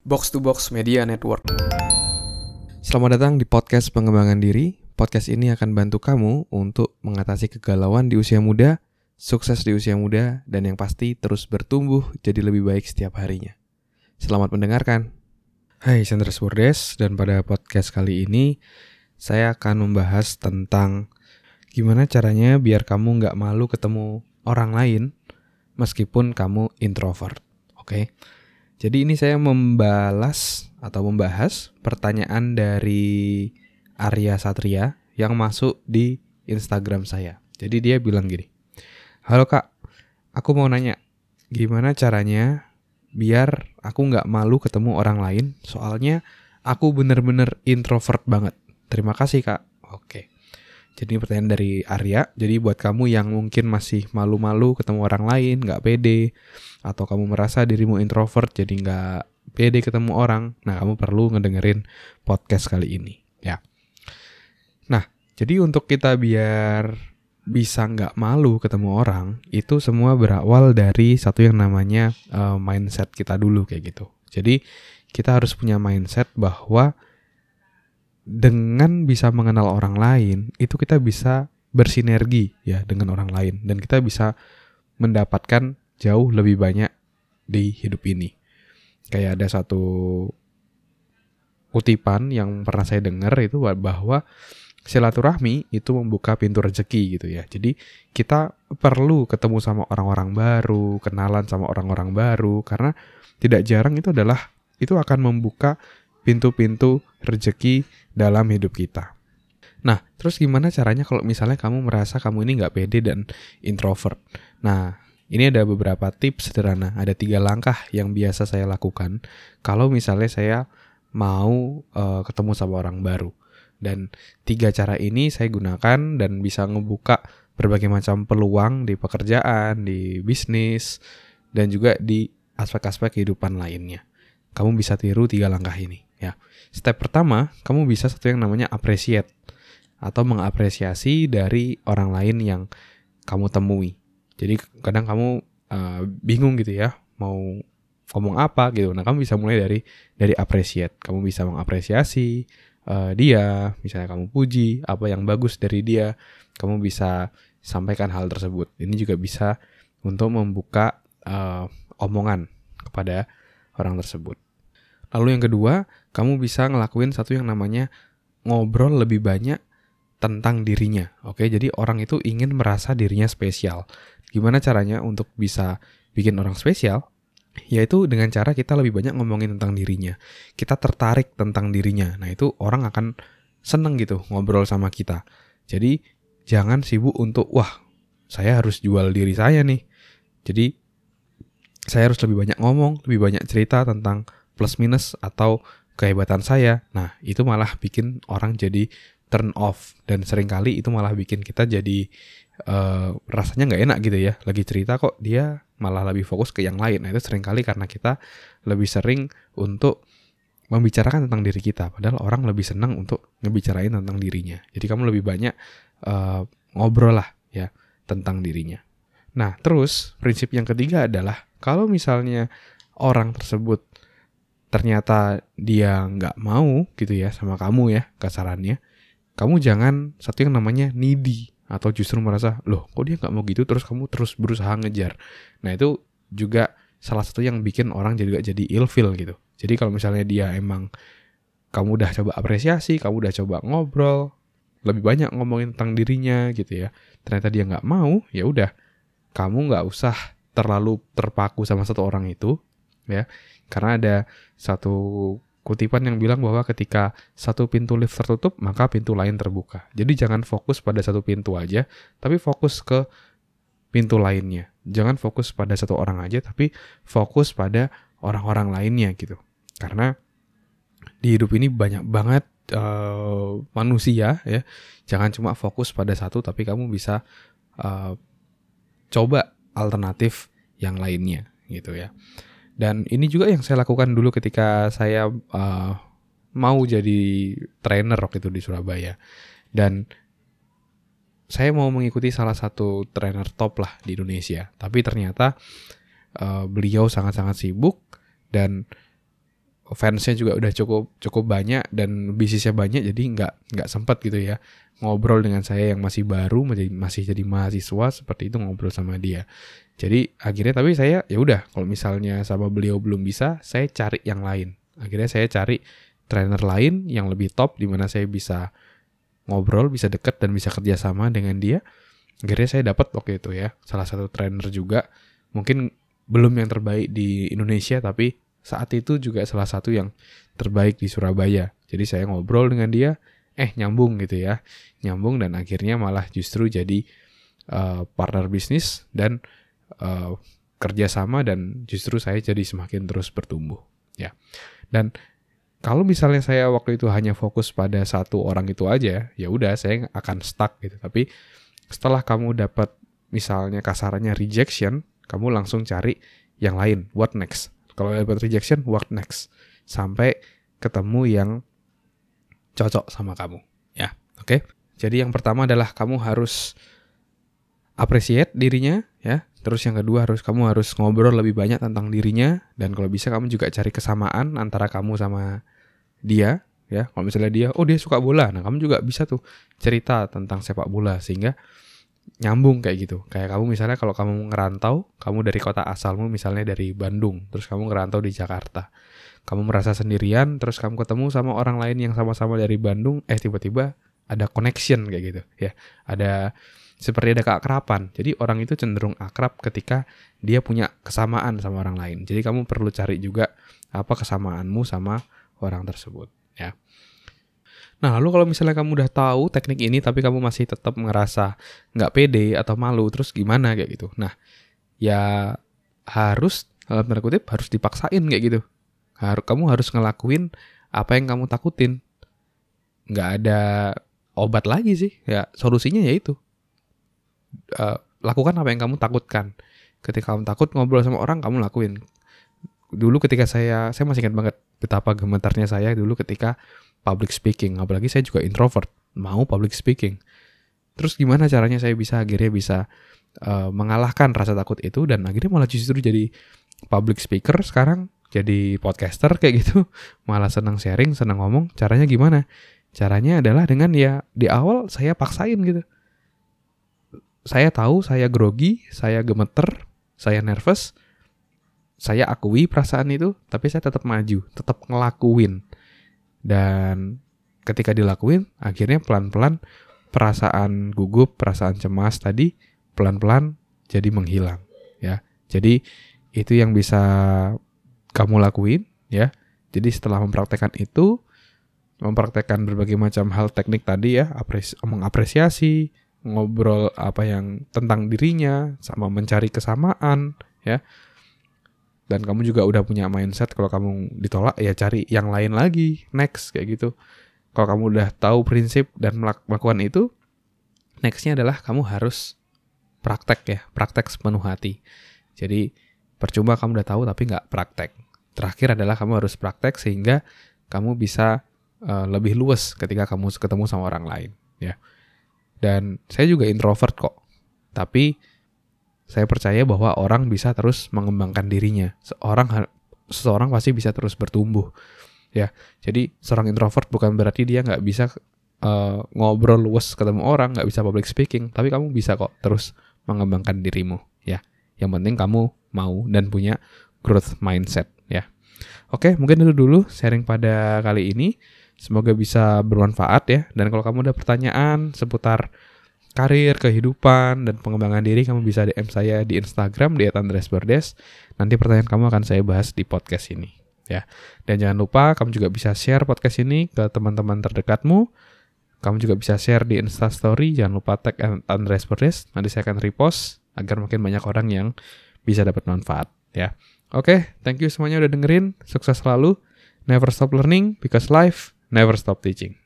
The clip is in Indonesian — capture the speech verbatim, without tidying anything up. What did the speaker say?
Box to Box Media Network. Selamat datang di podcast pengembangan diri. Podcast ini akan bantu kamu untuk mengatasi kegalauan di usia muda, sukses di usia muda, dan yang pasti terus bertumbuh jadi lebih baik setiap harinya. Selamat mendengarkan. Hai, Sandras Burdes, dan pada podcast kali ini saya akan membahas tentang gimana caranya biar kamu nggak malu ketemu orang lain meskipun kamu introvert. Oke, jadi ini saya membalas atau membahas pertanyaan dari Arya Satria yang masuk di Instagram saya. Jadi dia bilang gini, "Halo Kak, aku mau nanya, gimana caranya biar aku nggak malu ketemu orang lain? Soalnya aku bener-bener introvert banget. Terima kasih Kak." Oke. Jadi ini pertanyaan dari Arya. Jadi buat kamu yang mungkin masih malu-malu ketemu orang lain, nggak pede, atau kamu merasa dirimu introvert jadi nggak pede ketemu orang, nah kamu perlu ngedengerin podcast kali ini, ya. Nah, jadi untuk kita biar bisa nggak malu ketemu orang, itu semua berawal dari satu yang namanya uh, mindset kita dulu kayak gitu. Jadi kita harus punya mindset bahwa dengan bisa mengenal orang lain, itu kita bisa bersinergi ya dengan orang lain. Dan kita bisa mendapatkan jauh lebih banyak di hidup ini. Kayak ada satu kutipan yang pernah saya dengar itu bahwa silaturahmi itu membuka pintu rezeki gitu ya. Jadi kita perlu ketemu sama orang-orang baru, kenalan sama orang-orang baru. Karena tidak jarang itu adalah, itu akan membuka pintu-pintu rezeki dalam hidup kita. Nah, terus gimana caranya kalau misalnya kamu merasa kamu ini nggak pede dan introvert? Nah, ini ada beberapa tips sederhana. Ada tiga langkah yang biasa saya lakukan kalau misalnya saya mau uh, ketemu sama orang baru. Dan tiga cara ini saya gunakan dan bisa ngebuka berbagai macam peluang di pekerjaan, di bisnis, dan juga di aspek-aspek kehidupan lainnya. Kamu bisa tiru tiga langkah ini. Ya, step pertama, kamu bisa satu yang namanya appreciate atau mengapresiasi dari orang lain yang kamu temui. Jadi kadang kamu uh, bingung gitu ya, mau ngomong apa gitu. Nah, kamu bisa mulai dari dari appreciate. Kamu bisa mengapresiasi uh, dia, misalnya kamu puji apa yang bagus dari dia, kamu bisa sampaikan hal tersebut. Ini juga bisa untuk membuka uh, omongan kepada orang tersebut. Lalu yang kedua, kamu bisa ngelakuin satu yang namanya ngobrol lebih banyak tentang dirinya. Oke, jadi orang itu ingin merasa dirinya spesial. Gimana caranya untuk bisa bikin orang spesial? Yaitu dengan cara kita lebih banyak ngomongin tentang dirinya. Kita tertarik tentang dirinya. Nah, itu orang akan seneng gitu ngobrol sama kita. Jadi jangan sibuk untuk, wah, saya harus jual diri saya nih. Jadi saya harus lebih banyak ngomong, lebih banyak cerita tentang plus minus atau kehebatan saya. Nah, itu malah bikin orang jadi turn off. Dan seringkali itu malah bikin kita jadi uh, rasanya gak enak gitu ya. Lagi cerita kok dia malah lebih fokus ke yang lain. Nah, itu seringkali karena kita lebih sering untuk membicarakan tentang diri kita. Padahal orang lebih senang untuk ngebicarain tentang dirinya. Jadi kamu lebih banyak uh, ngobrol lah ya tentang dirinya. Nah, terus prinsip yang ketiga adalah kalau misalnya orang tersebut ternyata dia nggak mau gitu ya sama kamu ya kasarannya, kamu jangan satu yang namanya needy atau justru merasa, loh kok dia nggak mau gitu, terus kamu terus berusaha ngejar. Nah, itu juga salah satu yang bikin orang juga jadi ilfeel gitu. Jadi kalau misalnya dia emang kamu udah coba apresiasi, kamu udah coba ngobrol lebih banyak ngomongin tentang dirinya gitu ya, ternyata dia nggak mau, ya udah kamu nggak usah terlalu terpaku sama satu orang itu ya. Karena ada satu kutipan yang bilang bahwa ketika satu pintu lift tertutup, maka pintu lain terbuka. Jadi jangan fokus pada satu pintu aja, tapi fokus ke pintu lainnya. Jangan fokus pada satu orang aja, tapi fokus pada orang-orang lainnya gitu. Karena di hidup ini banyak banget uh, manusia ya. Jangan cuma fokus pada satu, tapi kamu bisa uh, coba alternatif yang lainnya gitu ya. Dan ini juga yang saya lakukan dulu ketika saya uh, mau jadi trainer waktu itu di Surabaya. Dan saya mau mengikuti salah satu trainer top lah di Indonesia. Tapi ternyata uh, beliau sangat-sangat sibuk dan fansnya juga udah cukup cukup banyak dan bisnisnya banyak, jadi nggak nggak sempat gitu ya ngobrol dengan saya yang masih baru, masih masih jadi mahasiswa seperti itu ngobrol sama dia. Jadi akhirnya tapi saya ya udah kalau misalnya sama beliau belum bisa, saya cari yang lain. Akhirnya saya cari trainer lain yang lebih top di mana saya bisa ngobrol, bisa deket dan bisa kerjasama dengan dia. Akhirnya saya dapat waktu itu ya salah satu trainer juga, mungkin belum yang terbaik di Indonesia tapi saat itu juga salah satu yang terbaik di Surabaya. Jadi saya ngobrol dengan dia, eh nyambung gitu ya, nyambung dan akhirnya malah justru jadi uh, partner bisnis dan uh, kerjasama dan justru saya jadi semakin terus bertumbuh ya. Dan kalau misalnya saya waktu itu hanya fokus pada satu orang itu aja, ya udah saya akan stuck gitu. Tapi setelah kamu dapat misalnya kasarannya rejection, kamu langsung cari yang lain, what next? Kalau dapat rejection, what next? Sampai ketemu yang cocok sama kamu, ya, oke? Okay? Jadi yang pertama adalah kamu harus appreciate dirinya, ya. Terus yang kedua harus kamu harus ngobrol lebih banyak tentang dirinya, dan kalau bisa kamu juga cari kesamaan antara kamu sama dia, ya. Kalau misalnya dia, oh dia suka bola, nah kamu juga bisa tuh cerita tentang sepak bola sehingga nyambung kayak gitu. Kayak kamu misalnya kalau kamu ngerantau, kamu dari kota asalmu misalnya dari Bandung, terus kamu ngerantau di Jakarta. Kamu merasa sendirian, terus kamu ketemu sama orang lain yang sama-sama dari Bandung, eh tiba-tiba ada connection kayak gitu, ya. Ada seperti ada keakraban. Jadi orang itu cenderung akrab ketika dia punya kesamaan sama orang lain. Jadi kamu perlu cari juga apa kesamaanmu sama orang tersebut, ya. Nah, lalu kalau misalnya kamu udah tahu teknik ini tapi kamu masih tetap ngerasa nggak pede atau malu, terus gimana kayak gitu. Nah, ya harus, dalam tanda kutip, harus dipaksain kayak gitu. Harus, kamu harus ngelakuin apa yang kamu takutin. Nggak ada obat lagi sih. Ya, solusinya ya itu. Uh, lakukan apa yang kamu takutkan. Ketika kamu takut ngobrol sama orang, kamu lakuin. Dulu ketika saya, saya masih ingat banget betapa gemetarnya saya dulu ketika public speaking, apalagi saya juga introvert, mau public speaking. Terus gimana caranya saya bisa akhirnya bisa uh, mengalahkan rasa takut itu dan akhirnya malah justru jadi public speaker sekarang, jadi podcaster kayak gitu, malah senang sharing, senang ngomong. Caranya gimana? Caranya adalah dengan ya di awal saya paksain gitu. Saya tahu saya grogi, saya gemeter, saya nervous, saya akui perasaan itu, tapi saya tetap maju, tetap ngelakuin. Dan ketika dilakuin, akhirnya pelan-pelan perasaan gugup, perasaan cemas tadi pelan-pelan jadi menghilang, ya. Jadi itu yang bisa kamu lakuin, ya. Jadi setelah mempraktekkan itu, mempraktekkan berbagai macam hal teknik tadi ya, apresi- mengapresiasi, ngobrol apa yang tentang dirinya, sama mencari kesamaan, ya. Dan kamu juga udah punya mindset kalau kamu ditolak ya cari yang lain lagi, next kayak gitu. Kalau kamu udah tahu prinsip dan melakukan itu, nextnya adalah kamu harus praktek ya, praktek sepenuh hati. Jadi percuma kamu udah tahu tapi nggak praktek. Terakhir adalah kamu harus praktek sehingga kamu bisa uh, lebih luas ketika kamu ketemu sama orang lain, ya. Dan saya juga introvert kok, tapi saya percaya bahwa orang bisa terus mengembangkan dirinya. Seorang seseorang pasti bisa terus bertumbuh, ya. Jadi seorang introvert bukan berarti dia nggak bisa uh, ngobrol luas ketemu orang, nggak bisa public speaking, tapi kamu bisa kok terus mengembangkan dirimu, ya. Yang penting kamu mau dan punya growth mindset, ya. Oke, mungkin itu dulu sharing pada kali ini. Semoga bisa bermanfaat ya. Dan kalau kamu ada pertanyaan seputar karir, kehidupan, dan pengembangan diri, kamu bisa D M saya di Instagram di et andreas bordes. Nanti pertanyaan kamu akan saya bahas di podcast ini, ya. Dan jangan lupa kamu juga bisa share podcast ini ke teman-teman terdekatmu. Kamu juga bisa share di Instastory, jangan lupa tag et andreas bordes. Nanti saya akan repost agar makin banyak orang yang bisa dapat manfaat, ya. Oke, thank you semuanya udah dengerin. Sukses selalu. Never stop learning because life never stop teaching.